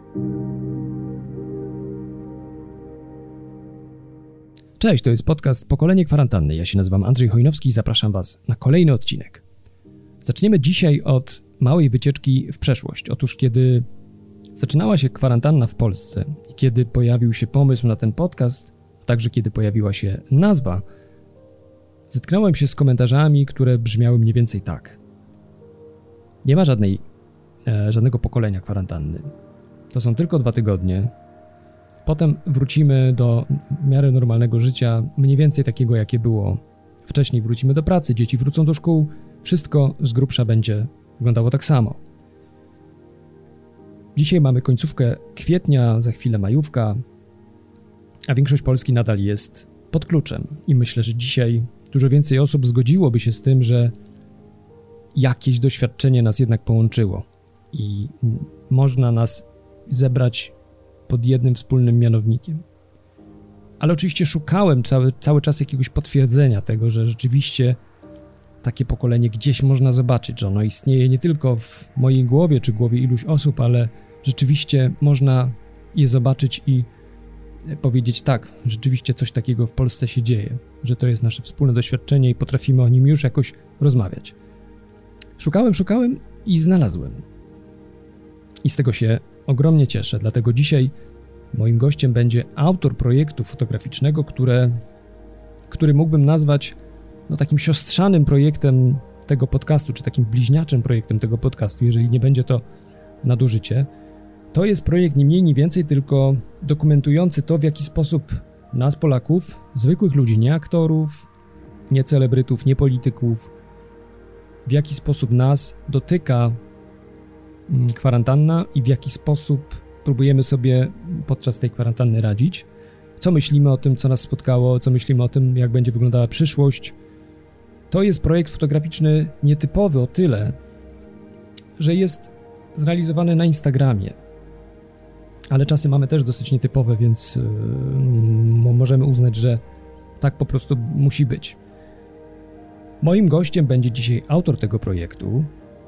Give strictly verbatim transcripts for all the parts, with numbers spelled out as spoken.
Cześć, to jest podcast Pokolenie Kwarantanny. Ja się nazywam Andrzej Chojnowski i zapraszam Was na kolejny odcinek. Zaczniemy dzisiaj od małej wycieczki w przeszłość. Otóż kiedy zaczynała się kwarantanna w Polsce i kiedy pojawił się pomysł na ten podcast, a także kiedy pojawiła się nazwa, zetknąłem się z komentarzami, które brzmiały mniej więcej tak. Nie ma żadnej, e, żadnego pokolenia kwarantanny. To są tylko dwa tygodnie. Potem wrócimy do w miarę normalnego życia, mniej więcej takiego, jakie było wcześniej. Wrócimy do pracy, dzieci wrócą do szkół, wszystko z grubsza będzie wyglądało tak samo. Dzisiaj mamy końcówkę kwietnia, za chwilę majówka, a większość Polski nadal jest pod kluczem. I myślę, że dzisiaj dużo więcej osób zgodziłoby się z tym, że jakieś doświadczenie nas jednak połączyło i można nas zebrać pod jednym wspólnym mianownikiem. Ale oczywiście szukałem cały, cały czas jakiegoś potwierdzenia tego, że rzeczywiście takie pokolenie gdzieś można zobaczyć, że ono istnieje nie tylko w mojej głowie czy głowie iluś osób, ale rzeczywiście można je zobaczyć i powiedzieć tak, rzeczywiście coś takiego w Polsce się dzieje, że to jest nasze wspólne doświadczenie i potrafimy o nim już jakoś rozmawiać. Szukałem, szukałem i znalazłem. I z tego się ogromnie cieszę, dlatego dzisiaj moim gościem będzie autor projektu fotograficznego, które, który mógłbym nazwać no, takim siostrzanym projektem tego podcastu, czy takim bliźniaczym projektem tego podcastu, jeżeli nie będzie to nadużycie. To jest projekt nie mniej, nie więcej, tylko dokumentujący to, w jaki sposób nas, Polaków, zwykłych ludzi, nie aktorów, nie celebrytów, nie polityków, w jaki sposób nas dotyka kwarantanna i w jaki sposób próbujemy sobie podczas tej kwarantanny radzić. Co myślimy o tym, co nas spotkało, co myślimy o tym, jak będzie wyglądała przyszłość. To jest projekt fotograficzny nietypowy o tyle, że jest zrealizowany na Instagramie. Ale czasy mamy też dosyć nietypowe, więc yy, możemy uznać, że tak po prostu musi być. Moim gościem będzie dzisiaj autor tego projektu,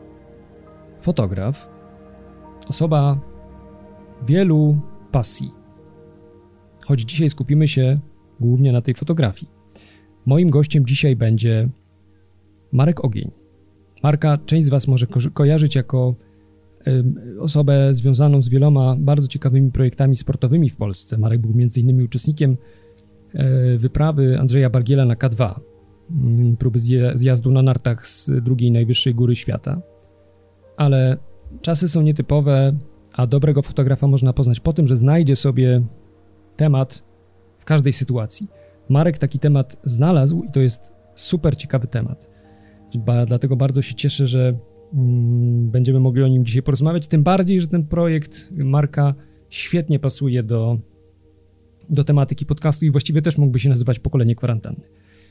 fotograf, osoba wielu pasji. Choć dzisiaj skupimy się głównie na tej fotografii. Moim gościem dzisiaj będzie Marek Ogień. Marka część z Was może ko- kojarzyć jako y, osobę związaną z wieloma bardzo ciekawymi projektami sportowymi w Polsce. Marek był między innymi uczestnikiem y, wyprawy Andrzeja Bargiela na K dwa, y, próby zje- zjazdu na nartach z drugiej najwyższej góry świata. Ale czasy są nietypowe, a dobrego fotografa można poznać po tym, że znajdzie sobie temat w każdej sytuacji. Marek taki temat znalazł i to jest super ciekawy temat. Ba, dlatego bardzo się cieszę, że mm, będziemy mogli o nim dzisiaj porozmawiać, tym bardziej, że ten projekt Marka świetnie pasuje do, do tematyki podcastu i właściwie też mógłby się nazywać Pokolenie Kwarantanny.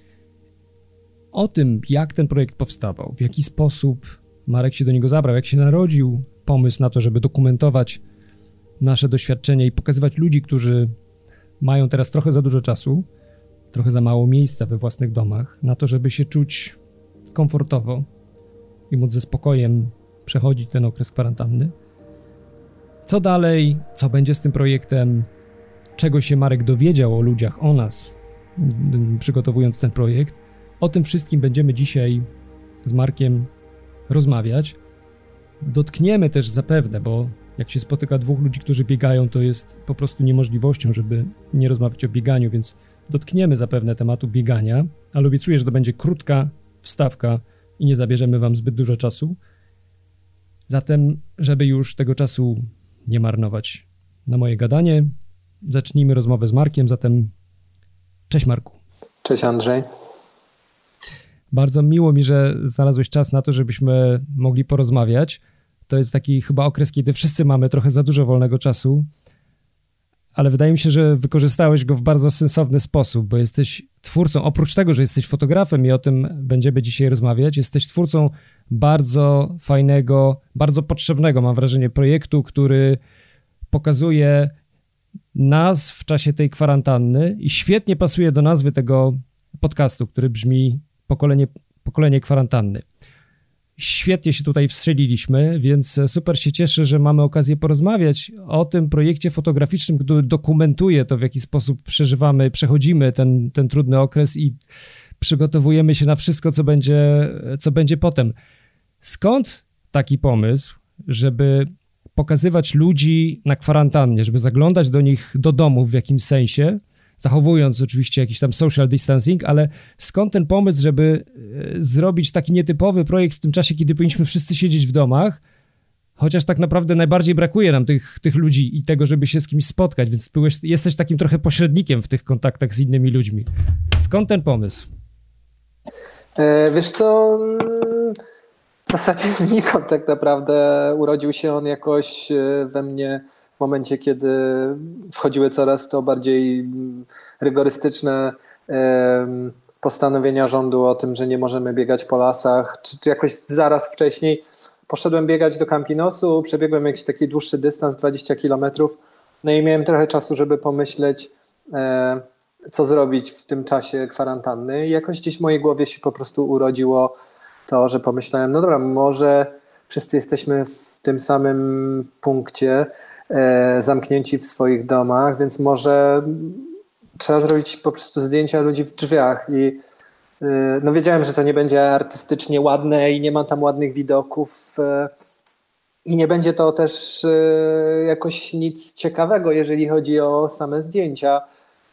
O tym, jak ten projekt powstawał, w jaki sposób Marek się do niego zabrał, jak się narodził pomysł na to, żeby dokumentować nasze doświadczenia i pokazywać ludzi, którzy mają teraz trochę za dużo czasu, trochę za mało miejsca we własnych domach, na to, żeby się czuć komfortowo i móc ze spokojem przechodzić ten okres kwarantanny. Co dalej? Co będzie z tym projektem? Czego się Marek dowiedział o ludziach, o nas, przygotowując ten projekt? O tym wszystkim będziemy dzisiaj z Markiem rozmawiać. Dotkniemy też zapewne, bo jak się spotyka dwóch ludzi, którzy biegają, to jest po prostu niemożliwością, żeby nie rozmawiać o bieganiu, więc dotkniemy zapewne tematu biegania, ale obiecuję, że to będzie krótka wstawka i nie zabierzemy Wam zbyt dużo czasu. Zatem, żeby już tego czasu nie marnować na moje gadanie, zacznijmy rozmowę z Markiem, zatem cześć Marku. Cześć Andrzej. Bardzo miło mi, że znalazłeś czas na to, żebyśmy mogli porozmawiać. To jest taki chyba okres, kiedy wszyscy mamy trochę za dużo wolnego czasu, ale wydaje mi się, że wykorzystałeś go w bardzo sensowny sposób, bo jesteś twórcą, oprócz tego, że jesteś fotografem i o tym będziemy dzisiaj rozmawiać, jesteś twórcą bardzo fajnego, bardzo potrzebnego, mam wrażenie, projektu, który pokazuje nas w czasie tej kwarantanny i świetnie pasuje do nazwy tego podcastu, który brzmi Pokolenie, Pokolenie Kwarantanny. świetnie się tutaj wstrzeliliśmy, więc super się cieszę, że mamy okazję porozmawiać o tym projekcie fotograficznym, który dokumentuje to, w jaki sposób przeżywamy, przechodzimy ten, ten trudny okres i przygotowujemy się na wszystko, co będzie, co będzie potem. Skąd taki pomysł, żeby pokazywać ludzi na kwarantannie, żeby zaglądać do nich do domu w jakimś sensie, zachowując oczywiście jakiś tam social distancing, ale skąd ten pomysł, żeby zrobić taki nietypowy projekt w tym czasie, kiedy powinniśmy wszyscy siedzieć w domach, chociaż tak naprawdę najbardziej brakuje nam tych, tych ludzi i tego, żeby się z kimś spotkać, więc byłeś, jesteś takim trochę pośrednikiem w tych kontaktach z innymi ludźmi. Skąd ten pomysł? E, wiesz co, w zasadzie znikąd tak naprawdę. Urodził się on jakoś we mnie w momencie, kiedy wchodziły coraz to bardziej rygorystyczne postanowienia rządu o tym, że nie możemy biegać po lasach, czy, czy jakoś zaraz wcześniej poszedłem biegać do Campinosu, przebiegłem jakiś taki dłuższy dystans, dwadzieścia kilometrów, no i miałem trochę czasu, żeby pomyśleć, co zrobić w tym czasie kwarantanny i jakoś gdzieś w mojej głowie się po prostu urodziło to, że pomyślałem, no dobra, może wszyscy jesteśmy w tym samym punkcie, e, zamknięci w swoich domach, więc może trzeba zrobić po prostu zdjęcia ludzi w drzwiach i e, no wiedziałem, że to nie będzie artystycznie ładne i nie ma tam ładnych widoków e, i nie będzie to też e, jakoś nic ciekawego, jeżeli chodzi o same zdjęcia,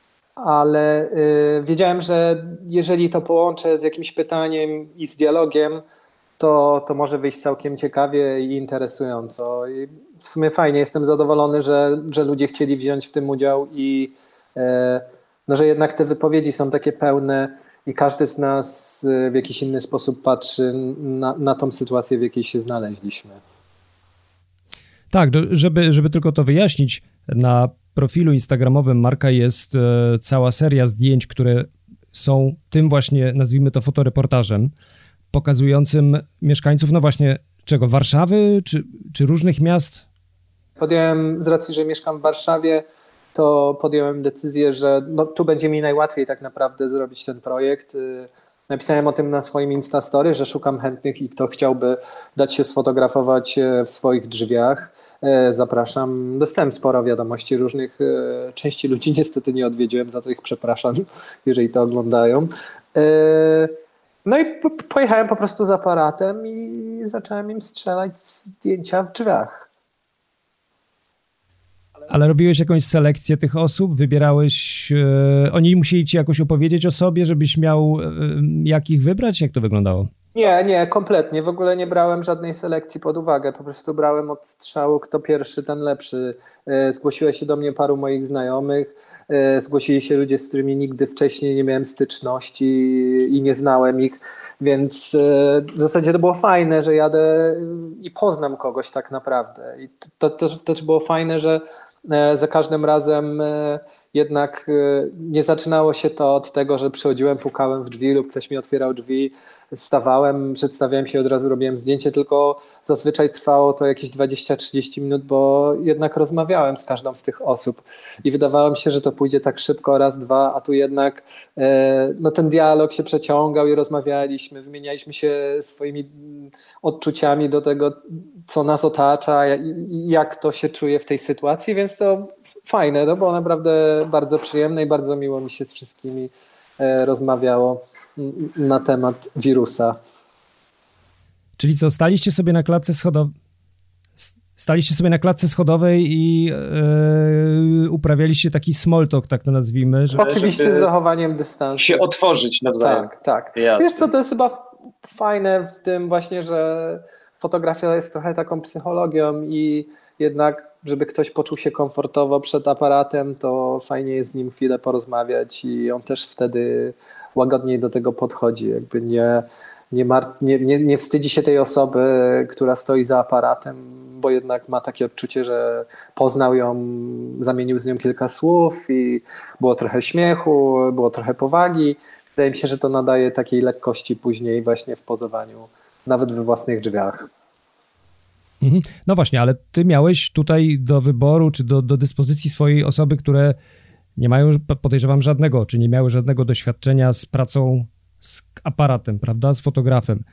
ale y, wiedziałem, że jeżeli to połączę z jakimś pytaniem i z dialogiem, to, to może wyjść całkiem ciekawie i interesująco. I w sumie fajnie, jestem zadowolony, że, że ludzie chcieli wziąć w tym udział i y, no, że jednak te wypowiedzi są takie pełne i każdy z nas w jakiś inny sposób patrzy na, na tą sytuację, w jakiej się znaleźliśmy. Tak, żeby, żeby tylko to wyjaśnić, na profilu instagramowym Marka jest e, cała seria zdjęć, które są tym właśnie, nazwijmy to fotoreportażem, pokazującym mieszkańców, no właśnie, czego, Warszawy czy, czy różnych miast? Podjąłem, z racji, że mieszkam w Warszawie, to podjąłem decyzję, że no, tu będzie mi najłatwiej tak naprawdę zrobić ten projekt. Napisałem o tym na swoim Instastory, że szukam chętnych i kto chciałby dać się sfotografować w swoich drzwiach. Zapraszam. Dostałem sporo wiadomości różnych. Części ludzi niestety nie odwiedziłem, za to ich przepraszam, jeżeli to oglądają. No i pojechałem po prostu z aparatem i zacząłem im strzelać zdjęcia w drzwiach. Ale robiłeś jakąś selekcję tych osób? Wybierałeś... Yy, oni musieli ci jakoś opowiedzieć o sobie, żebyś miał yy, jak ich wybrać? Jak to wyglądało? Nie, nie, kompletnie. W ogóle nie brałem żadnej selekcji pod uwagę. Po prostu brałem od strzału, kto pierwszy, ten lepszy. Zgłosiło się do mnie paru moich znajomych. Zgłosili się ludzie, z którymi nigdy wcześniej nie miałem styczności i nie znałem ich. Więc w zasadzie to było fajne, że jadę i poznam kogoś tak naprawdę. I to, to, to też było fajne, że za każdym razem jednak nie zaczynało się to od tego, że przychodziłem, pukałem w drzwi lub ktoś mi otwierał drzwi, stawałem, przedstawiałem się, od razu robiłem zdjęcie, tylko zazwyczaj trwało to jakieś dwadzieścia trzydzieści minut, bo jednak rozmawiałem z każdą z tych osób i wydawało mi się, że to pójdzie tak szybko, raz, dwa, a tu jednak e, no ten dialog się przeciągał i rozmawialiśmy, wymienialiśmy się swoimi odczuciami do tego, co nas otacza i jak to się czuje w tej sytuacji, więc to fajne, to było naprawdę bardzo przyjemne i bardzo miło mi się z wszystkimi e, rozmawiało na temat wirusa. Czyli co, staliście sobie na klatce schodowej, staliście sobie na klatce schodowej i yy, uprawialiście taki small talk, tak to nazwijmy. Że... Oczywiście z zachowaniem dystansu. Się otworzyć nawzajem. Tak, tak. Jasne. Wiesz co, to jest chyba fajne w tym właśnie, że fotografia jest trochę taką psychologią i jednak, żeby ktoś poczuł się komfortowo przed aparatem, to fajnie jest z nim chwilę porozmawiać i on też wtedy łagodniej do tego podchodzi, jakby nie, nie, mar- nie, nie, nie wstydzi się tej osoby, która stoi za aparatem, bo jednak ma takie odczucie, że poznał ją, zamienił z nią kilka słów i było trochę śmiechu, było trochę powagi. Wydaje mi się, że to nadaje takiej lekkości później właśnie w pozowaniu, nawet we własnych drzwiach. Mhm. No właśnie, ale ty miałeś tutaj do wyboru, czy do, do dyspozycji swojej osoby, które nie mają, podejrzewam, żadnego, czy nie miały żadnego doświadczenia z pracą z aparatem, prawda, z fotografem.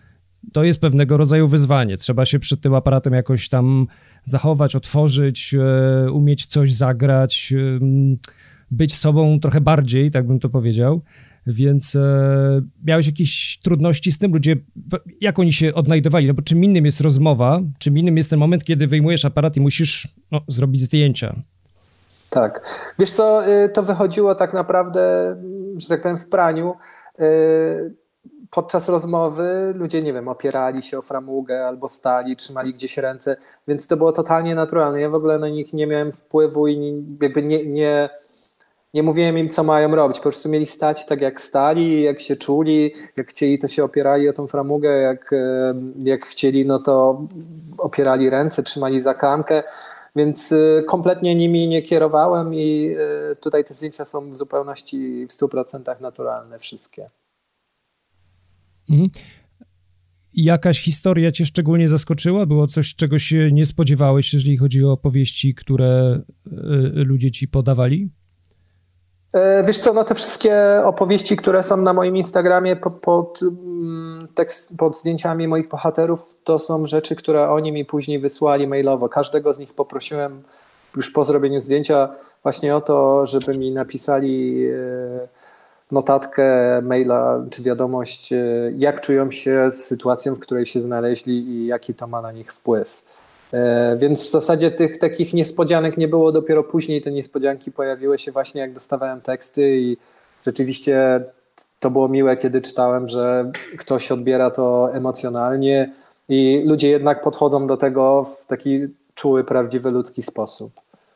to jest pewnego rodzaju wyzwanie. Trzeba się przed tym aparatem jakoś tam zachować, otworzyć, e, umieć coś zagrać, e, być sobą trochę bardziej, tak bym to powiedział. Więc e, miałeś jakieś trudności z tym? Ludzie, jak oni się odnajdowali? No bo czym innym jest rozmowa, czym innym jest ten moment, kiedy wyjmujesz aparat i musisz no, zrobić zdjęcia. Tak. Wiesz co, to wychodziło tak naprawdę, że tak powiem, w praniu. Podczas rozmowy ludzie, nie wiem, opierali się o framugę albo stali, trzymali gdzieś ręce, więc to było totalnie naturalne. Ja w ogóle na nich nie miałem wpływu i nie, jakby nie, nie, nie mówiłem im, co mają robić. Po prostu mieli stać tak, jak stali, jak się czuli, jak chcieli, to się opierali o tą framugę, jak, jak chcieli, no to opierali ręce, trzymali za klamkę. Więc kompletnie nimi nie kierowałem i tutaj te zdjęcia są w zupełności w stu procentach naturalne wszystkie. Mhm. Jakaś historia cię szczególnie zaskoczyła? Było coś, czego się nie spodziewałeś, jeżeli chodzi o opowieści, które ludzie ci podawali? Wiesz co, no te wszystkie opowieści, które są na moim Instagramie pod, pod, tekst, pod zdjęciami moich bohaterów, to są rzeczy, które oni mi później wysłali mailowo. Każdego z nich poprosiłem już po zrobieniu zdjęcia właśnie o to, żeby mi napisali notatkę, maila czy wiadomość, jak czują się z sytuacją, w której się znaleźli i jaki to ma na nich wpływ. Więc w zasadzie tych takich niespodzianek nie było, dopiero później te niespodzianki pojawiły się właśnie jak dostawałem teksty i rzeczywiście to było miłe, kiedy czytałem, że ktoś odbiera to emocjonalnie i ludzie jednak podchodzą do tego w taki czuły, prawdziwy, ludzki sposób.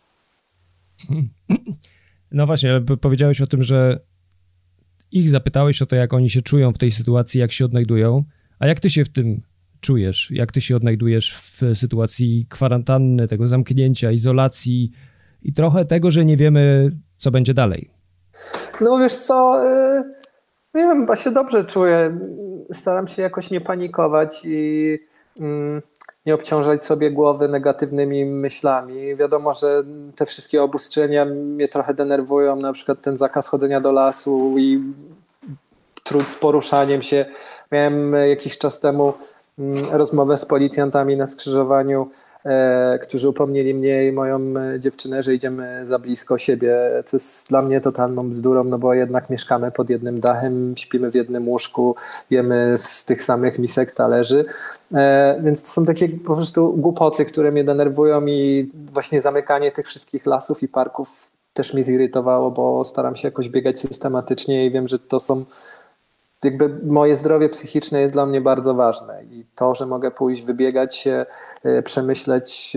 No właśnie, powiedziałeś o tym, że ich zapytałeś o to, jak oni się czują w tej sytuacji, jak się odnajdują, a jak ty się w tym czujesz? Jak ty się odnajdujesz w sytuacji kwarantanny, tego zamknięcia, izolacji i trochę tego, że nie wiemy, co będzie dalej? No wiesz co, nie wiem, chyba się dobrze czuję. Staram się jakoś nie panikować i nie obciążać sobie głowy negatywnymi myślami. Wiadomo, że te wszystkie obostrzenia mnie trochę denerwują, na przykład ten zakaz chodzenia do lasu i trud z poruszaniem się. Miałem jakiś czas temu rozmowę z policjantami na skrzyżowaniu, e, którzy upomnieli mnie i moją dziewczynę, że idziemy za blisko siebie, co jest dla mnie totalną bzdurą, no bo jednak mieszkamy pod jednym dachem, śpimy w jednym łóżku, jemy z tych samych misek talerzy, e, więc to są takie po prostu głupoty, które mnie denerwują i właśnie zamykanie tych wszystkich lasów i parków też mnie zirytowało, bo staram się jakoś biegać systematycznie i wiem, że to są jakby moje zdrowie psychiczne jest dla mnie bardzo ważne i to, że mogę pójść, wybiegać się, przemyśleć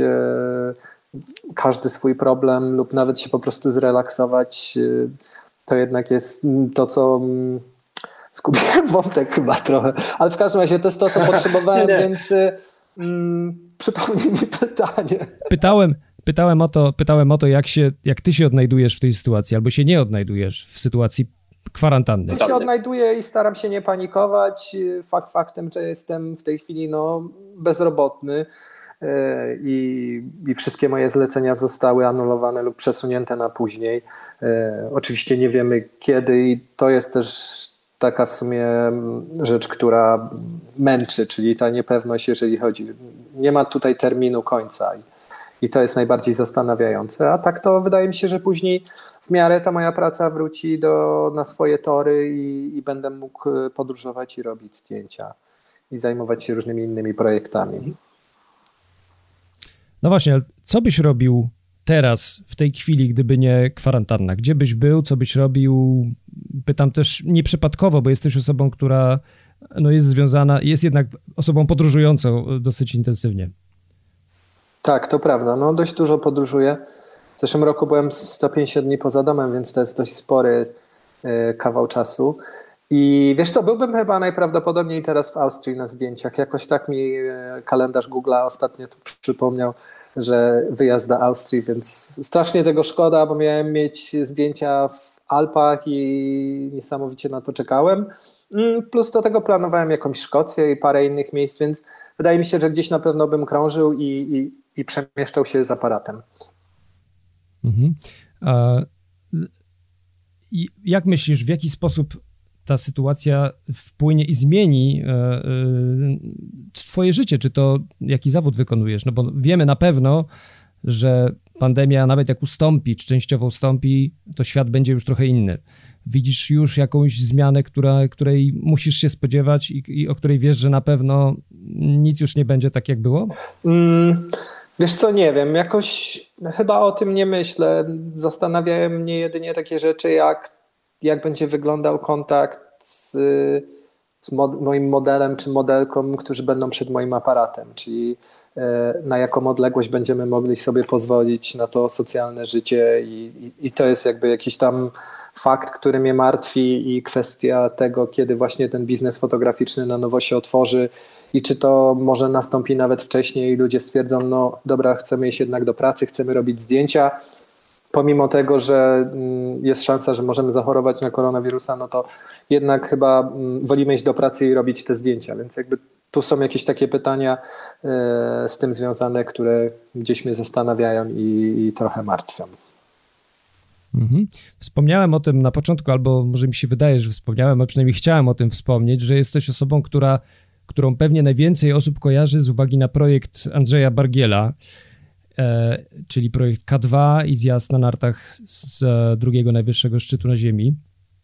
każdy swój problem lub nawet się po prostu zrelaksować, to jednak jest to, co zgubiłem wątek chyba trochę, ale w każdym razie to jest to, co potrzebowałem, nie, nie. Więc mm, przypomnij mi pytanie. Pytałem, pytałem o to, pytałem o to jak, się, jak ty się odnajdujesz w tej sytuacji, albo się nie odnajdujesz w sytuacji kwarantanny. Ja się odnajduję i staram się nie panikować. Fakt faktem, że jestem w tej chwili no, bezrobotny i, i wszystkie moje zlecenia zostały anulowane lub przesunięte na później. Oczywiście nie wiemy kiedy i to jest też taka w sumie rzecz, która męczy, czyli ta niepewność, jeżeli chodzi. Nie ma tutaj terminu końca. I to jest najbardziej zastanawiające. A tak to wydaje mi się, że później w miarę ta moja praca wróci do, na swoje tory i, i będę mógł podróżować i robić zdjęcia i zajmować się różnymi innymi projektami. No właśnie, ale co byś robił teraz, w tej chwili, gdyby nie kwarantanna? Gdzie byś był, co byś robił? Pytam też nieprzypadkowo, bo jesteś osobą, która no, jest związana, jest jednak osobą podróżującą dosyć intensywnie. Tak, to prawda. No, dość dużo podróżuję. W zeszłym roku byłem sto pięćdziesiąt dni poza domem, więc to jest dość spory y, kawał czasu. I wiesz co, byłbym chyba najprawdopodobniej teraz w Austrii na zdjęciach. Jakoś tak mi y, kalendarz Google'a ostatnio tu przypomniał, że wyjazd do Austrii, więc strasznie tego szkoda, bo miałem mieć zdjęcia w Alpach i niesamowicie na to czekałem. Plus do tego planowałem jakąś Szkocję i parę innych miejsc, więc wydaje mi się, że gdzieś na pewno bym krążył i, i, i przemieszczał się z aparatem. Mhm. A jak myślisz, w jaki sposób ta sytuacja wpłynie i zmieni twoje życie, czy to jaki zawód wykonujesz, no bo wiemy na pewno, że pandemia nawet jak ustąpi, czy częściowo ustąpi, to świat będzie już trochę inny. Widzisz już jakąś zmianę, która, której musisz się spodziewać i, i o której wiesz, że na pewno nic już nie będzie tak, jak było? Mm, wiesz co, nie wiem, jakoś chyba o tym nie myślę. Zastanawiają mnie jedynie takie rzeczy, jak, jak będzie wyglądał kontakt z, z mod, moim modelem czy modelką, którzy będą przed moim aparatem, czyli na jaką odległość będziemy mogli sobie pozwolić na to socjalne życie i, i, i to jest jakby jakiś tam fakt, który mnie martwi i kwestia tego, kiedy właśnie ten biznes fotograficzny na nowo się otworzy i czy to może nastąpi nawet wcześniej i ludzie stwierdzą, no dobra, chcemy iść jednak do pracy, chcemy robić zdjęcia, pomimo tego, że jest szansa, że możemy zachorować na koronawirusa, no to jednak chyba wolimy iść do pracy i robić te zdjęcia, więc jakby tu są jakieś takie pytania y, z tym związane, które gdzieś mnie zastanawiają i, i trochę martwią. Mhm. Wspomniałem o tym na początku, albo może mi się wydaje, że wspomniałem, a przynajmniej chciałem o tym wspomnieć, że jesteś osobą, która, którą pewnie najwięcej osób kojarzy z uwagi na projekt Andrzeja Bargiela, e, czyli projekt K dwa i zjazd na nartach z, z drugiego najwyższego szczytu na Ziemi.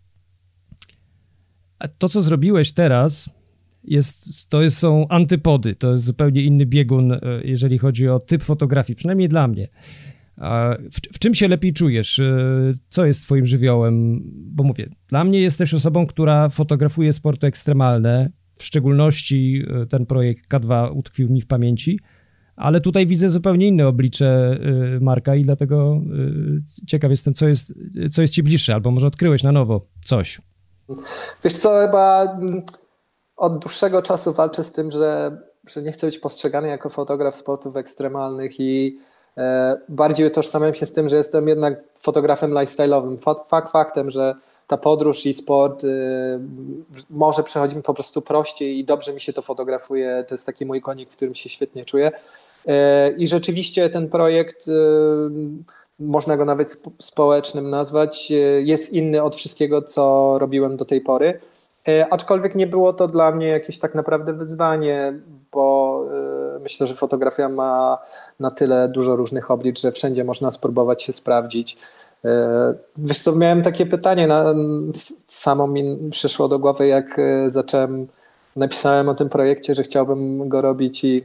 A to, co zrobiłeś teraz, jest, to jest, są antypody, to jest zupełnie inny biegun, jeżeli chodzi o typ fotografii, przynajmniej dla mnie. W, w czym się lepiej czujesz? Co jest twoim żywiołem? Bo mówię, dla mnie jesteś osobą, która fotografuje sporty ekstremalne, w szczególności ten projekt K dwa utkwił mi w pamięci, ale tutaj widzę zupełnie inne oblicze Marka i dlatego ciekaw jestem, co jest, co jest ci bliższe, albo może odkryłeś na nowo coś. Wiesz co, chyba od dłuższego czasu walczę z tym, że, że nie chcę być postrzegany jako fotograf sportów ekstremalnych i e, bardziej utożsamiam się z tym, że jestem jednak fotografem lifestyle'owym. Fakt faktem, że ta podróż i sport y, może przechodzi mi po prostu prościej i dobrze mi się to fotografuje. To jest taki mój konik, w którym się świetnie czuję. E, I rzeczywiście ten projekt, y, można go nawet sp- społecznym nazwać, y, jest inny od wszystkiego, co robiłem do tej pory. Aczkolwiek nie było to dla mnie jakieś tak naprawdę wyzwanie, bo myślę, że fotografia ma na tyle dużo różnych oblicz, że wszędzie można spróbować się sprawdzić. Wiesz co, miałem takie pytanie, na, samo mi przyszło do głowy, jak zacząłem, napisałem o tym projekcie, że chciałbym go robić i,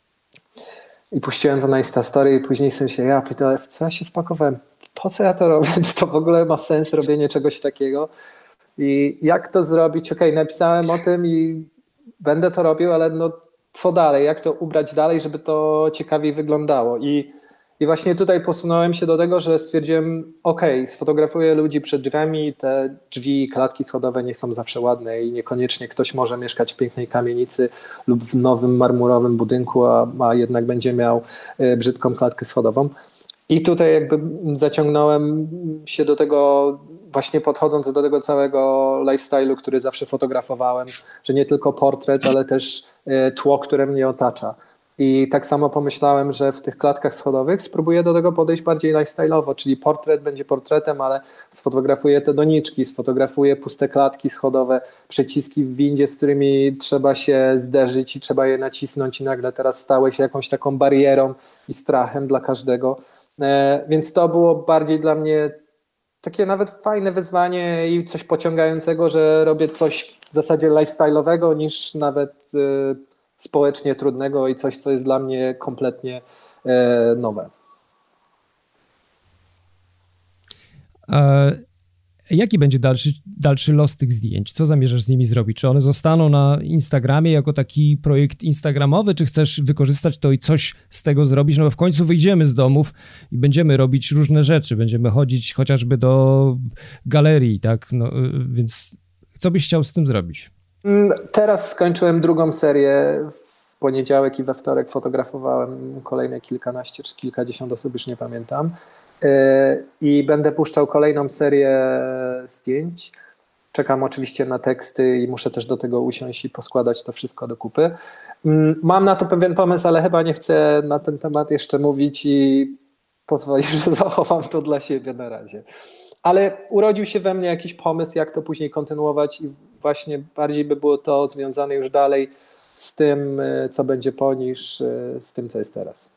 i puściłem to na Instastory i później sobie się, ja pytałem, w co ja się wpakowałem, po co ja to robię, czy to w ogóle ma sens robienie czegoś takiego? I jak to zrobić? Okej, okay, napisałem o tym i będę to robił, ale no co dalej? Jak to ubrać dalej, żeby to ciekawiej wyglądało? I, i właśnie tutaj posunąłem się do tego, że stwierdziłem, okej, okay, sfotografuję ludzi przed drzwiami, te drzwi i klatki schodowe nie są zawsze ładne i niekoniecznie ktoś może mieszkać w pięknej kamienicy lub w nowym marmurowym budynku, a, a jednak będzie miał y, brzydką klatkę schodową. I tutaj jakby zaciągnąłem się do tego, właśnie podchodząc do tego całego lifestyle'u, który zawsze fotografowałem, że nie tylko portret, ale też tło, które mnie otacza. I tak samo pomyślałem, że w tych klatkach schodowych spróbuję do tego podejść bardziej lifestyle'owo, czyli portret będzie portretem, ale sfotografuję te doniczki, sfotografuję puste klatki schodowe, przyciski w windzie, z którymi trzeba się zderzyć i trzeba je nacisnąć i nagle teraz stały się jakąś taką barierą i strachem dla każdego. Więc to było bardziej dla mnie takie nawet fajne wyzwanie i coś pociągającego, że robię coś w zasadzie lifestyle'owego niż nawet y, społecznie trudnego i coś, co jest dla mnie kompletnie y, nowe. E, jaki będzie dalszy, dalszy los tych zdjęć? Co zamierzasz z nimi zrobić? Czy one zostaną na Instagramie jako taki projekt instagramowy, czy chcesz wykorzystać to i coś z tego zrobić? No bo w końcu wyjdziemy z domów i będziemy robić różne rzeczy, będziemy chodzić chociażby do galerii, tak? No, więc co byś chciał z tym zrobić? Teraz skończyłem drugą serię. W poniedziałek i we wtorek fotografowałem kolejne kilkanaście czy kilkadziesiąt osób, już nie pamiętam. I będę puszczał kolejną serię zdjęć. Czekam oczywiście na teksty i muszę też do tego usiąść i poskładać to wszystko do kupy. Mam na to pewien pomysł, ale chyba nie chcę na ten temat jeszcze mówić i pozwolisz, że zachowam to dla siebie na razie. ale urodził się we mnie jakiś pomysł, jak to później kontynuować i właśnie bardziej by było to związane już dalej z tym, co będzie po, niż z tym, co jest teraz.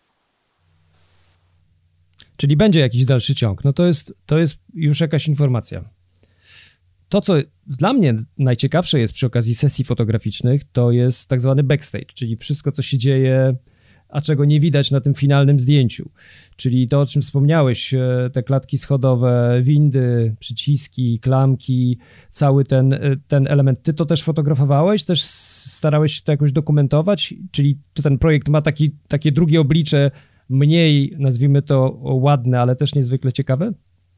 Czyli będzie jakiś dalszy ciąg. No to jest, to jest już jakaś informacja. To, co dla mnie najciekawsze jest przy okazji sesji fotograficznych, to jest tak zwany backstage, czyli wszystko, co się dzieje, a czego nie widać na tym finalnym zdjęciu. Czyli to, o czym wspomniałeś, te klatki schodowe, windy, przyciski, klamki, cały ten, ten element. Ty to też fotografowałeś? Też starałeś się to jakoś dokumentować? Czyli czy ten projekt ma taki, takie drugie oblicze, mniej, nazwijmy to, ładne, ale też niezwykle ciekawe?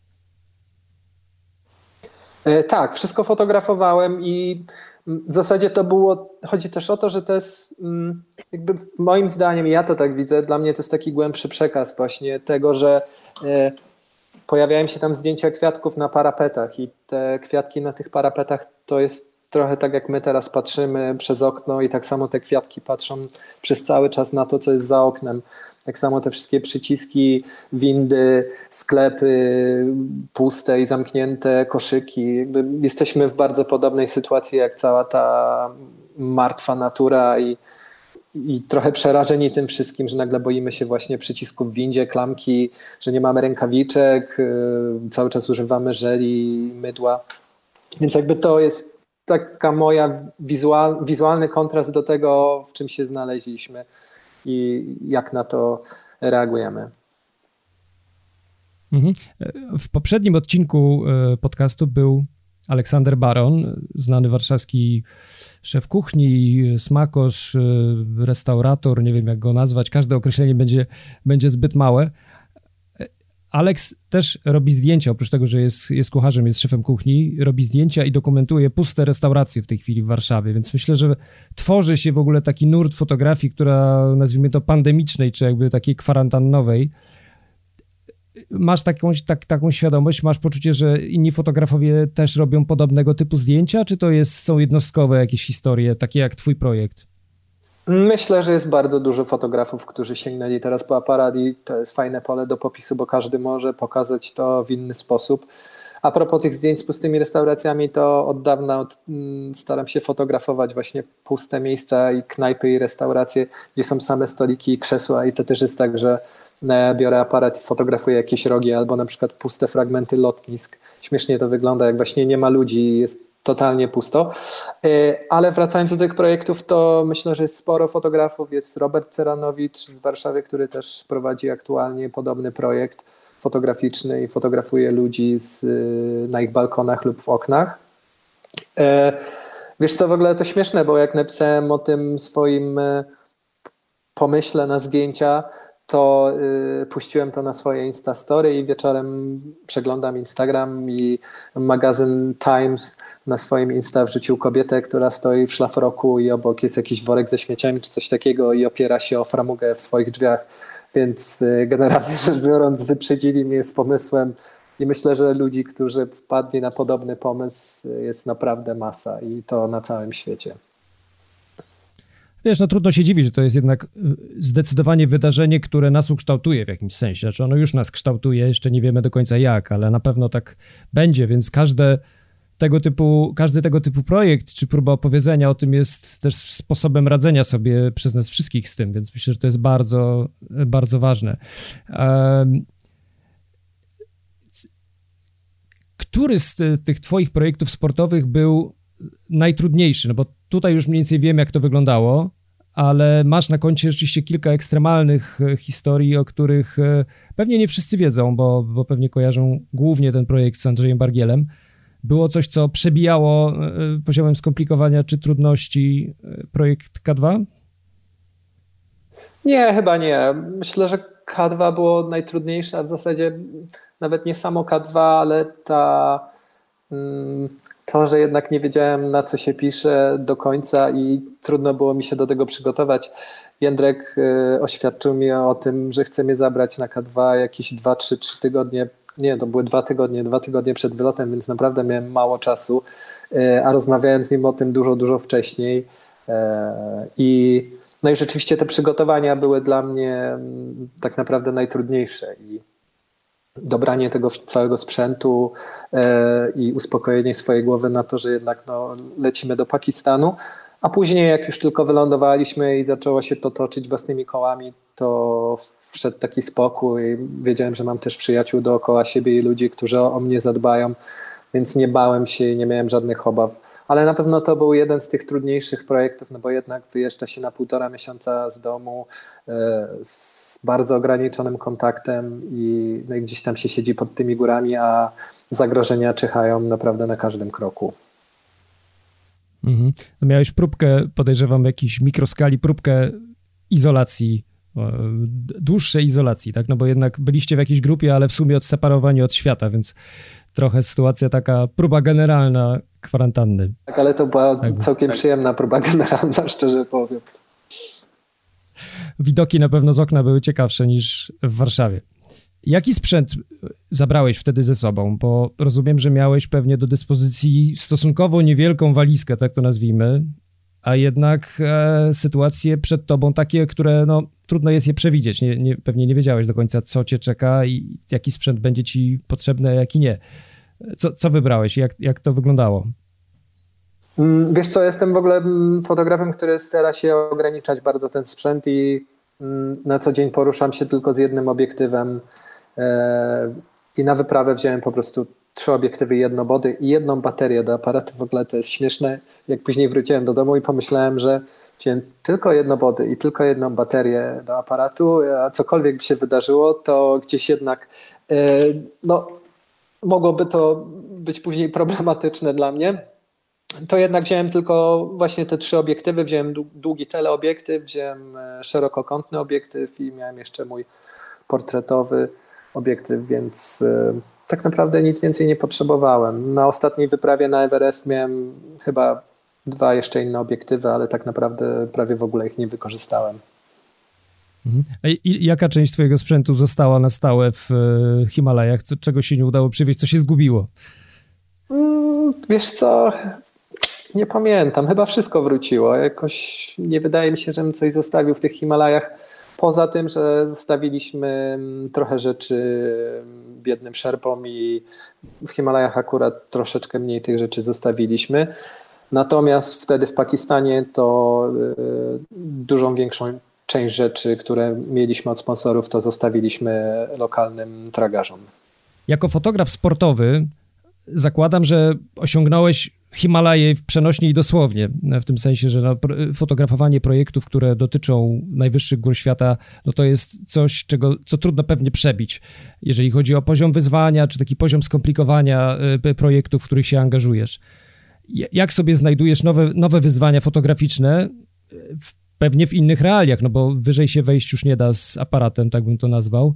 Tak, wszystko fotografowałem i w zasadzie to było, chodzi też o to, że to jest jakby moim zdaniem, ja to tak widzę, dla mnie to jest taki głębszy przekaz właśnie tego, że pojawiają się tam zdjęcia kwiatków na parapetach i te kwiatki na tych parapetach to jest trochę tak jak my teraz patrzymy przez okno i tak samo te kwiatki patrzą przez cały czas na to, co jest za oknem. Tak samo te wszystkie przyciski, windy, sklepy puste i zamknięte, koszyki. Jakby jesteśmy w bardzo podobnej sytuacji jak cała ta martwa natura i, i trochę przerażeni tym wszystkim, że nagle boimy się właśnie przycisków w windzie, klamki, że nie mamy rękawiczek, cały czas używamy żeli, mydła. Więc jakby to jest taka moja wizual, wizualny kontrast do tego, w czym się znaleźliśmy i jak na to reagujemy. Mhm. W poprzednim odcinku podcastu był Aleksander Baron, znany warszawski szef kuchni, smakosz, restaurator, nie wiem jak go nazwać, każde określenie będzie, będzie zbyt małe. Aleks też robi zdjęcia, oprócz tego, że jest, jest kucharzem, jest szefem kuchni, robi zdjęcia i dokumentuje puste restauracje w tej chwili w Warszawie, więc myślę, że tworzy się w ogóle taki nurt fotografii, która nazwijmy to pandemicznej, czy jakby takiej kwarantannowej. Masz taką, tak, taką świadomość, masz poczucie, że inni fotografowie też robią podobnego typu zdjęcia, czy to jest, są jednostkowe jakieś historie, takie jak twój projekt? Myślę, że jest bardzo dużo fotografów, którzy sięgnęli teraz po aparat i to jest fajne pole do popisu, bo każdy może pokazać to w inny sposób. A propos tych zdjęć z pustymi restauracjami, to od dawna od, mm, staram się fotografować właśnie puste miejsca i knajpy i restauracje, gdzie są same stoliki i krzesła i to też jest tak, że biorę aparat i fotografuję jakieś rogi albo na przykład puste fragmenty lotnisk. Śmiesznie to wygląda, jak właśnie nie ma ludzi, jest totalnie pusto. Ale wracając do tych projektów, to myślę, że jest sporo fotografów. Jest Robert Ceranowicz z Warszawy, który też prowadzi aktualnie podobny projekt fotograficzny i fotografuje ludzi z, na ich balkonach lub w oknach. Wiesz co, w ogóle to śmieszne, bo jak napisałem o tym swoim pomyśle na zdjęcia, to y, puściłem to na swoje Instastory i wieczorem przeglądam Instagram i magazyn Times na swoim Insta wrzucił kobietę, która stoi w szlafroku i obok jest jakiś worek ze śmieciami czy coś takiego i opiera się o framugę w swoich drzwiach, więc y, generalnie rzecz biorąc wyprzedzili mnie z pomysłem i myślę, że ludzi, którzy wpadli na podobny pomysł jest naprawdę masa i to na całym świecie. Wiesz, no trudno się dziwić, że to jest jednak zdecydowanie wydarzenie, które nas ukształtuje w jakimś sensie. Znaczy ono już nas kształtuje, jeszcze nie wiemy do końca jak, ale na pewno tak będzie, więc każde tego typu, każdy tego typu projekt czy próba opowiedzenia o tym jest też sposobem radzenia sobie przez nas wszystkich z tym, więc myślę, że to jest bardzo, bardzo ważne. Um, który z tych twoich projektów sportowych był najtrudniejszy? No bo tutaj już mniej więcej wiem, jak to wyglądało, ale masz na koncie rzeczywiście kilka ekstremalnych historii, o których pewnie nie wszyscy wiedzą, bo, bo pewnie kojarzą głównie ten projekt z Andrzejem Bargielem. Było coś, co przebijało poziomem skomplikowania czy trudności projekt K dwa? Nie, chyba nie. Myślę, że K dwa było najtrudniejsze, a w zasadzie nawet nie samo K dwa, ale ta... Mm, to, że jednak nie wiedziałem, na co się pisze do końca i trudno było mi się do tego przygotować. Jędrek y, oświadczył mi o tym, że chce mnie zabrać na K dwa jakieś dwa, trzy, trzy tygodnie, nie, to były dwa tygodnie, dwa tygodnie przed wylotem, więc naprawdę miałem mało czasu, y, a rozmawiałem z nim o tym dużo, dużo wcześniej. Y, i, no i rzeczywiście te przygotowania były dla mnie y, tak naprawdę najtrudniejsze i dobranie tego całego sprzętu e, i uspokojenie swojej głowy na to, że jednak no, lecimy do Pakistanu. A później jak już tylko wylądowaliśmy i zaczęło się to toczyć własnymi kołami, to wszedł taki spokój. Wiedziałem, że mam też przyjaciół dookoła siebie i ludzi, którzy o, o mnie zadbają, więc nie bałem się i nie miałem żadnych obaw. Ale na pewno to był jeden z tych trudniejszych projektów, no bo jednak wyjeżdża się na półtora miesiąca z domu e, z bardzo ograniczonym kontaktem i, no i gdzieś tam się siedzi pod tymi górami, a zagrożenia czyhają naprawdę na każdym kroku. Mhm. Miałeś próbkę, podejrzewam, w jakiejś mikroskali, próbkę izolacji, dłuższej izolacji, tak? No bo jednak byliście w jakiejś grupie, ale w sumie odseparowani od świata, więc trochę sytuacja taka, próba generalna kwarantanny. Tak, ale to była tak, całkiem tak. przyjemna próba generalna, szczerze powiem. Widoki na pewno z okna były ciekawsze niż w Warszawie. Jaki sprzęt zabrałeś wtedy ze sobą? Bo rozumiem, że miałeś pewnie do dyspozycji stosunkowo niewielką walizkę, tak to nazwijmy, a jednak e, sytuacje przed tobą takie, które no, trudno jest je przewidzieć. Nie, nie, pewnie nie wiedziałeś do końca, co cię czeka i jaki sprzęt będzie ci potrzebny, a jaki nie. Co, co wybrałeś? Jak, jak to wyglądało? Wiesz co, jestem w ogóle fotografem, który stara się ograniczać bardzo ten sprzęt i na co dzień poruszam się tylko z jednym obiektywem i na wyprawę wziąłem po prostu trzy obiektywy jednobody i jedną baterię do aparatu. W ogóle to jest śmieszne. Jak później wróciłem do domu i pomyślałem, że wziąłem tylko jednobody i tylko jedną baterię do aparatu, a cokolwiek by się wydarzyło, to gdzieś jednak no, mogłoby to być później problematyczne dla mnie. To jednak wziąłem tylko właśnie te trzy obiektywy. Wziąłem długi teleobiektyw, wziąłem szerokokątny obiektyw i miałem jeszcze mój portretowy obiektyw, więc tak naprawdę nic więcej nie potrzebowałem. Na ostatniej wyprawie na Everest miałem chyba dwa jeszcze inne obiektywy, ale tak naprawdę prawie w ogóle ich nie wykorzystałem. I jaka część twojego sprzętu została na stałe w Himalajach? Co, czego się nie udało przywieźć? Co się zgubiło? Wiesz co... Nie pamiętam, chyba wszystko wróciło. Jakoś nie wydaje mi się, żebym coś zostawił w tych Himalajach. Poza tym, że zostawiliśmy trochę rzeczy biednym Sherpom i w Himalajach akurat troszeczkę mniej tych rzeczy zostawiliśmy. Natomiast wtedy w Pakistanie to dużą większą część rzeczy, które mieliśmy od sponsorów, to zostawiliśmy lokalnym tragarzom. Jako fotograf sportowy zakładam, że osiągnąłeś Himalaje w przenośni i dosłownie, w tym sensie, że no, fotografowanie projektów, które dotyczą najwyższych gór świata, no to jest coś, czego, co trudno pewnie przebić, jeżeli chodzi o poziom wyzwania, czy taki poziom skomplikowania projektów, w których się angażujesz. Jak sobie znajdujesz nowe, nowe wyzwania fotograficzne, w, pewnie w innych realiach, no bo wyżej się wejść już nie da z aparatem, tak bym to nazwał.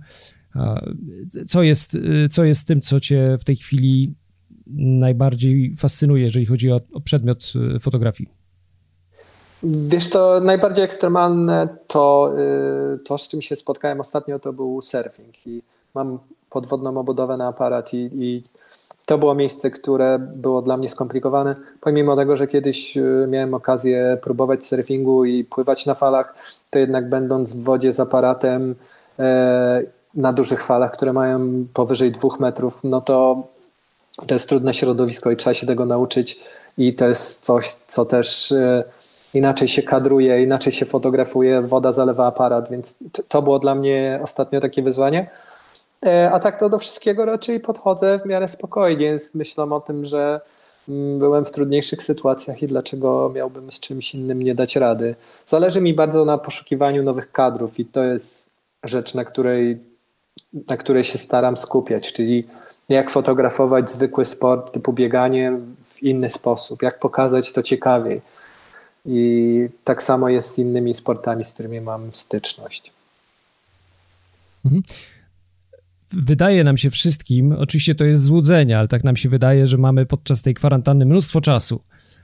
Co jest, co jest tym, co cię w tej chwili najbardziej fascynuje, jeżeli chodzi o, o przedmiot fotografii? Wiesz, to najbardziej ekstremalne to, to, z czym się spotkałem ostatnio, to był surfing i mam podwodną obudowę na aparat i, i to było miejsce, które było dla mnie skomplikowane. Pomimo tego, że kiedyś miałem okazję próbować surfingu i pływać na falach, to jednak będąc w wodzie z aparatem e, na dużych falach, które mają powyżej dwóch metrów, no to to jest trudne środowisko i trzeba się tego nauczyć i to jest coś, co też e, inaczej się kadruje, inaczej się fotografuje, woda zalewa aparat, więc to, to było dla mnie ostatnio takie wyzwanie. E, a tak to do wszystkiego raczej podchodzę w miarę spokojnie, z myślą o tym, że mm, byłem w trudniejszych sytuacjach i dlaczego miałbym z czymś innym nie dać rady. Zależy mi bardzo na poszukiwaniu nowych kadrów i to jest rzecz, na której, na której się staram skupiać, czyli jak fotografować zwykły sport typu bieganie w inny sposób, jak pokazać to ciekawiej. I tak samo jest z innymi sportami, z którymi mam styczność. Mhm. Wydaje nam się wszystkim, oczywiście to jest złudzenie, ale tak nam się wydaje, że mamy podczas tej kwarantanny mnóstwo czasu.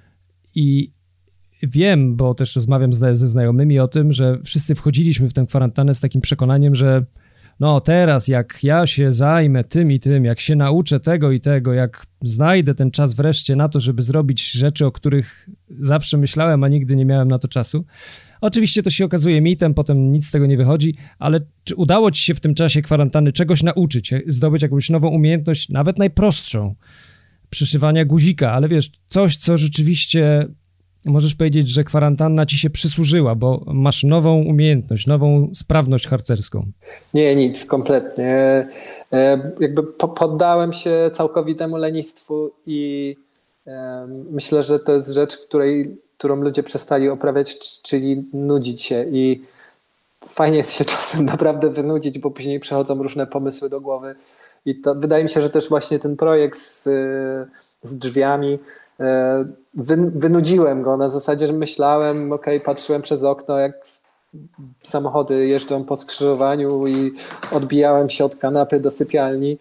I wiem, bo też rozmawiam ze znajomymi o tym, że wszyscy wchodziliśmy w tę kwarantannę z takim przekonaniem, że no teraz jak ja się zajmę tym i tym, jak się nauczę tego i tego, jak znajdę ten czas wreszcie na to, żeby zrobić rzeczy, o których zawsze myślałem, a nigdy nie miałem na to czasu. Oczywiście to się okazuje mitem, potem nic z tego nie wychodzi, ale czy udało ci się w tym czasie kwarantanny czegoś nauczyć, zdobyć jakąś nową umiejętność, nawet najprostszą, przyszywania guzika, ale wiesz, coś, co rzeczywiście możesz powiedzieć, że kwarantanna ci się przysłużyła, bo masz nową umiejętność, nową sprawność harcerską? Nie, nic, kompletnie. Jakby poddałem się całkowitemu lenistwu i myślę, że to jest rzecz, której, którą ludzie przestali uprawiać, czyli nudzić się i fajnie jest się czasem naprawdę wynudzić, bo później przychodzą różne pomysły do głowy i to wydaje mi się, że też właśnie ten projekt z, z drzwiami, wy, wynudziłem go na zasadzie, że myślałem, okej, okay, patrzyłem przez okno, jak samochody jeżdżą po skrzyżowaniu i odbijałem się od kanapy do sypialni,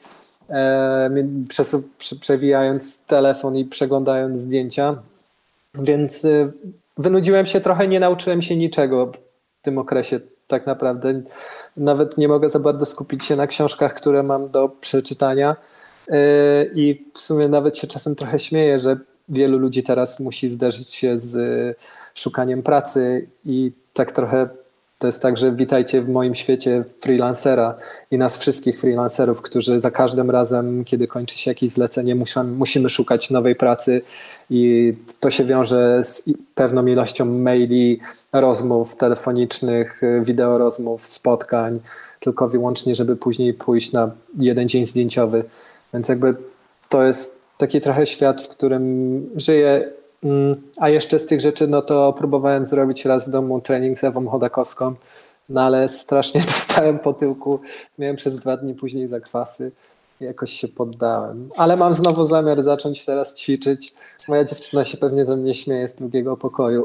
Przesu- przewijając telefon i przeglądając zdjęcia, więc wynudziłem się trochę, nie nauczyłem się niczego w tym okresie tak naprawdę. Nawet nie mogę za bardzo skupić się na książkach, które mam do przeczytania i w sumie nawet się czasem trochę śmieję, że wielu ludzi teraz musi zderzyć się z szukaniem pracy i tak trochę to jest tak, że witajcie w moim świecie freelancera i nas wszystkich freelancerów, którzy za każdym razem, kiedy kończy się jakieś zlecenie, musimy, musimy szukać nowej pracy i to się wiąże z pewną ilością maili, rozmów telefonicznych, wideorozmów, spotkań, tylko wyłącznie, żeby później pójść na jeden dzień zdjęciowy. Więc jakby to jest taki trochę świat, w którym żyję. A jeszcze z tych rzeczy, no to próbowałem zrobić raz w domu trening z Ewą Chodakowską, no ale strasznie dostałem po tyłku, miałem przez dwa dni później zakwasy i jakoś się poddałem. Ale mam znowu zamiar zacząć teraz ćwiczyć. Moja dziewczyna się pewnie ze mnie śmieje z drugiego pokoju.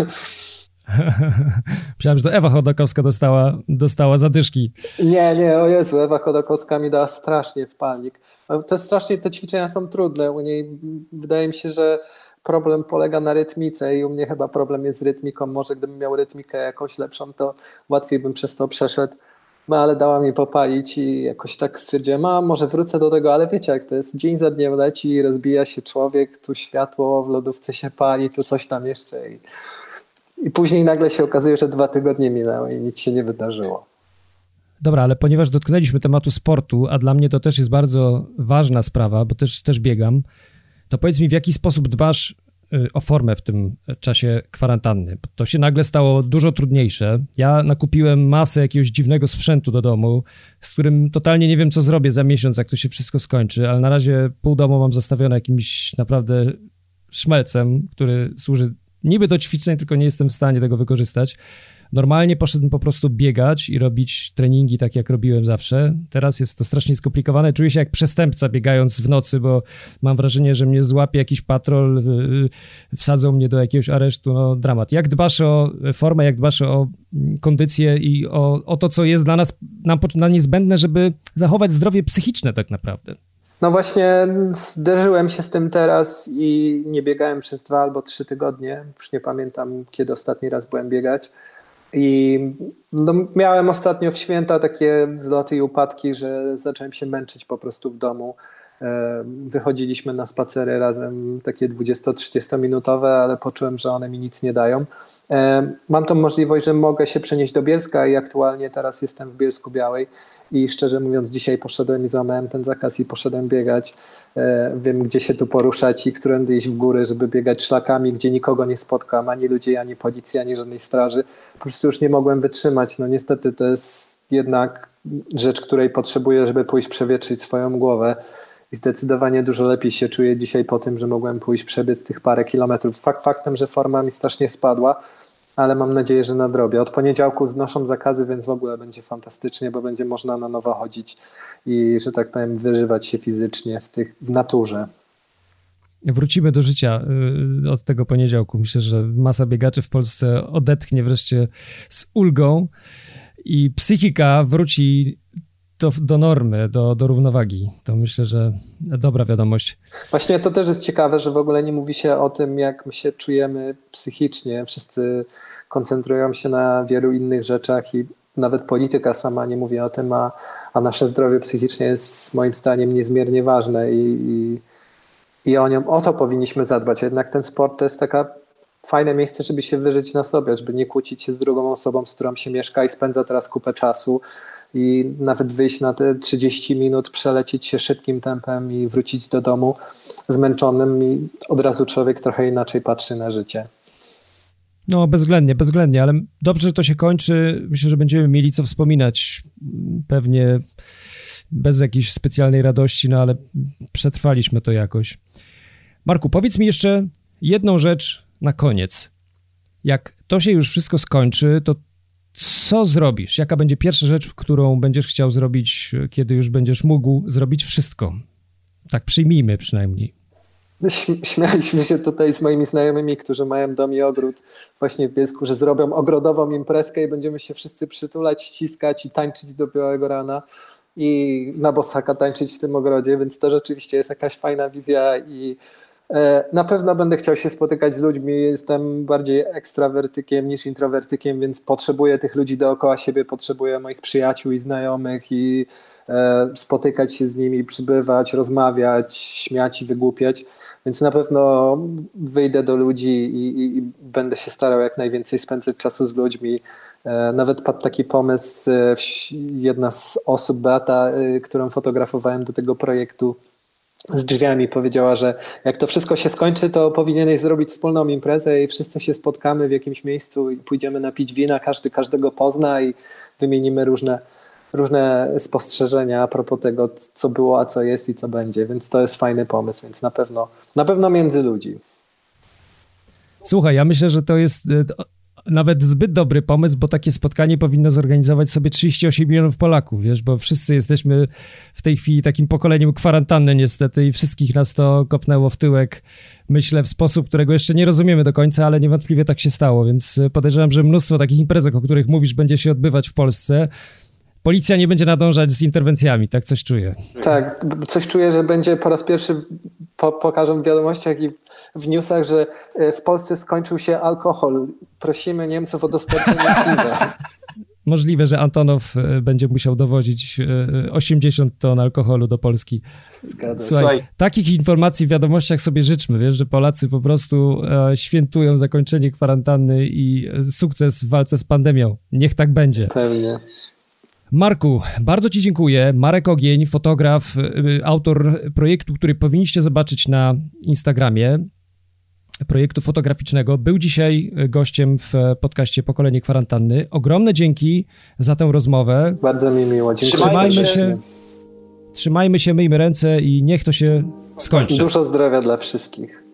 Myślałem, że to Ewa Chodakowska dostała, dostała zadyszki. Nie, nie, o Jezu, Ewa Chodakowska mi dała strasznie wpalnik. To jest strasznie, te ćwiczenia są trudne. U niej wydaje mi się, że problem polega na rytmice i u mnie chyba problem jest z rytmiką. Może gdybym miał rytmikę jakąś lepszą, to łatwiej bym przez to przeszedł. No ale dała mi popalić i jakoś tak stwierdziłem, a może wrócę do tego, ale wiecie jak to jest, dzień za dniem leci, rozbija się człowiek, tu światło, w lodówce się pali, tu coś tam jeszcze i, i później nagle się okazuje, że dwa tygodnie minęły i nic się nie wydarzyło. Dobra, ale ponieważ dotknęliśmy tematu sportu, a dla mnie to też jest bardzo ważna sprawa, bo też, też biegam, to powiedz mi, w jaki sposób dbasz o formę w tym czasie kwarantanny? To się nagle stało dużo trudniejsze. Ja nakupiłem masę jakiegoś dziwnego sprzętu do domu, z którym totalnie nie wiem, co zrobię za miesiąc, jak to się wszystko skończy, ale na razie pół domu mam zastawione jakimś naprawdę szmelcem, który służy niby do ćwiczeń, tylko nie jestem w stanie tego wykorzystać. Normalnie poszedłem po prostu biegać i robić treningi tak, jak robiłem zawsze. Teraz jest to strasznie skomplikowane. Czuję się jak przestępca biegając w nocy, bo mam wrażenie, że mnie złapie jakiś patrol, wsadzą mnie do jakiegoś aresztu. No dramat. Jak dbasz o formę, jak dbasz o kondycję i o, o to, co jest dla nas nam, nam niezbędne, żeby zachować zdrowie psychiczne tak naprawdę? No właśnie zderzyłem się z tym teraz i nie biegałem przez dwa albo trzy tygodnie. Już nie pamiętam, kiedy ostatni raz byłem biegać. I no, miałem ostatnio w święta takie zloty i upadki, że zacząłem się męczyć po prostu w domu. Wychodziliśmy na spacery razem, takie dwudziesto-trzydziestominutowe, ale poczułem, że one mi nic nie dają. Mam tą możliwość, że mogę się przenieść do Bielska i aktualnie teraz jestem w Bielsku Białej i szczerze mówiąc dzisiaj poszedłem i złamałem ten zakaz i poszedłem biegać. Wiem, gdzie się tu poruszać i którędy iść w góry, żeby biegać szlakami, gdzie nikogo nie spotkam, ani ludzi, ani policji, ani żadnej straży. Po prostu już nie mogłem wytrzymać. No niestety to jest jednak rzecz, której potrzebuję, żeby pójść przewietrzyć swoją głowę. I zdecydowanie dużo lepiej się czuję dzisiaj po tym, że mogłem pójść przebiec tych parę kilometrów. Fakt faktem, że forma mi strasznie spadła, ale mam nadzieję, że nadrobię. Od poniedziałku znoszą zakazy, więc w ogóle będzie fantastycznie, bo będzie można na nowo chodzić i, że tak powiem, wyżywać się fizycznie w, tych, w naturze. Wrócimy do życia od tego poniedziałku. Myślę, że masa biegaczy w Polsce odetchnie wreszcie z ulgą i psychika wróci do, do normy, do, do równowagi. To myślę, że dobra wiadomość. Właśnie to też jest ciekawe, że w ogóle nie mówi się o tym, jak my się czujemy psychicznie. Wszyscy koncentrują się na wielu innych rzeczach i nawet polityka sama nie mówi o tym, a, a nasze zdrowie psychiczne jest moim zdaniem niezmiernie ważne i, i, i o, nią, o to powinniśmy zadbać. Jednak ten sport to jest taka fajne miejsce, żeby się wyżyć na sobie, żeby nie kłócić się z drugą osobą, z którą się mieszka i spędza teraz kupę czasu i nawet wyjść na te trzydzieści minut, przelecieć się szybkim tempem i wrócić do domu zmęczonym i od razu człowiek trochę inaczej patrzy na życie. No bezwzględnie, bezwzględnie, ale dobrze, że to się kończy. Myślę, że będziemy mieli co wspominać. Pewnie bez jakiejś specjalnej radości, no ale przetrwaliśmy to jakoś. Marku, powiedz mi jeszcze jedną rzecz na koniec. Jak to się już wszystko skończy, to co zrobisz? Jaka będzie pierwsza rzecz, którą będziesz chciał zrobić, kiedy już będziesz mógł zrobić wszystko? Tak przyjmijmy przynajmniej. Śmialiśmy się tutaj z moimi znajomymi, którzy mają dom i ogród właśnie w Bielsku, że zrobią ogrodową imprezkę i będziemy się wszyscy przytulać, ściskać i tańczyć do białego rana i na bosaka tańczyć w tym ogrodzie, więc to rzeczywiście jest jakaś fajna wizja i e, na pewno będę chciał się spotykać z ludźmi. Jestem bardziej ekstrawertykiem niż introwertykiem, więc potrzebuję tych ludzi dookoła siebie, potrzebuję moich przyjaciół i znajomych i e, spotykać się z nimi, przybywać, rozmawiać, śmiać i wygłupiać. Więc na pewno wyjdę do ludzi i, i, i będę się starał jak najwięcej spędzać czasu z ludźmi. E, nawet padł taki pomysł, e, jedna z osób, Beata, e, którą fotografowałem do tego projektu z drzwiami, powiedziała, że jak to wszystko się skończy, to powinieneś zrobić wspólną imprezę i wszyscy się spotkamy w jakimś miejscu i pójdziemy napić wina, każdy każdego pozna i wymienimy różne różne spostrzeżenia a propos tego, co było, a co jest i co będzie, więc to jest fajny pomysł, więc na pewno, na pewno między ludzi. Słuchaj, ja myślę, że to jest nawet zbyt dobry pomysł, bo takie spotkanie powinno zorganizować sobie trzydzieści osiem milionów Polaków, wiesz, bo wszyscy jesteśmy w tej chwili takim pokoleniem kwarantanny niestety i wszystkich nas to kopnęło w tyłek, myślę, w sposób, którego jeszcze nie rozumiemy do końca, ale niewątpliwie tak się stało, więc podejrzewam, że mnóstwo takich imprezek, o których mówisz, będzie się odbywać w Polsce. Policja nie będzie nadążać z interwencjami, tak coś czuję. Tak, coś czuję, że będzie po raz pierwszy, po, pokażą w wiadomościach i w newsach, że w Polsce skończył się alkohol. Prosimy Niemców o dostarczenie piwa. Możliwe, że Antonow będzie musiał dowozić osiemdziesiąt ton alkoholu do Polski. Zgadza się. Słuchaj, takich informacji w wiadomościach sobie życzmy, wiesz, że Polacy po prostu e, świętują zakończenie kwarantanny i sukces w walce z pandemią. Niech tak będzie. Pewnie. Marku, bardzo Ci dziękuję. Marek Ogień, fotograf, autor projektu, który powinniście zobaczyć na Instagramie, projektu fotograficznego, był dzisiaj gościem w podcaście Pokolenie Kwarantanny. Ogromne dzięki za tę rozmowę. Bardzo mi miło. Dziękuję. Trzymajmy się, trzymajmy się, myjmy ręce i niech to się skończy. Dużo zdrowia dla wszystkich.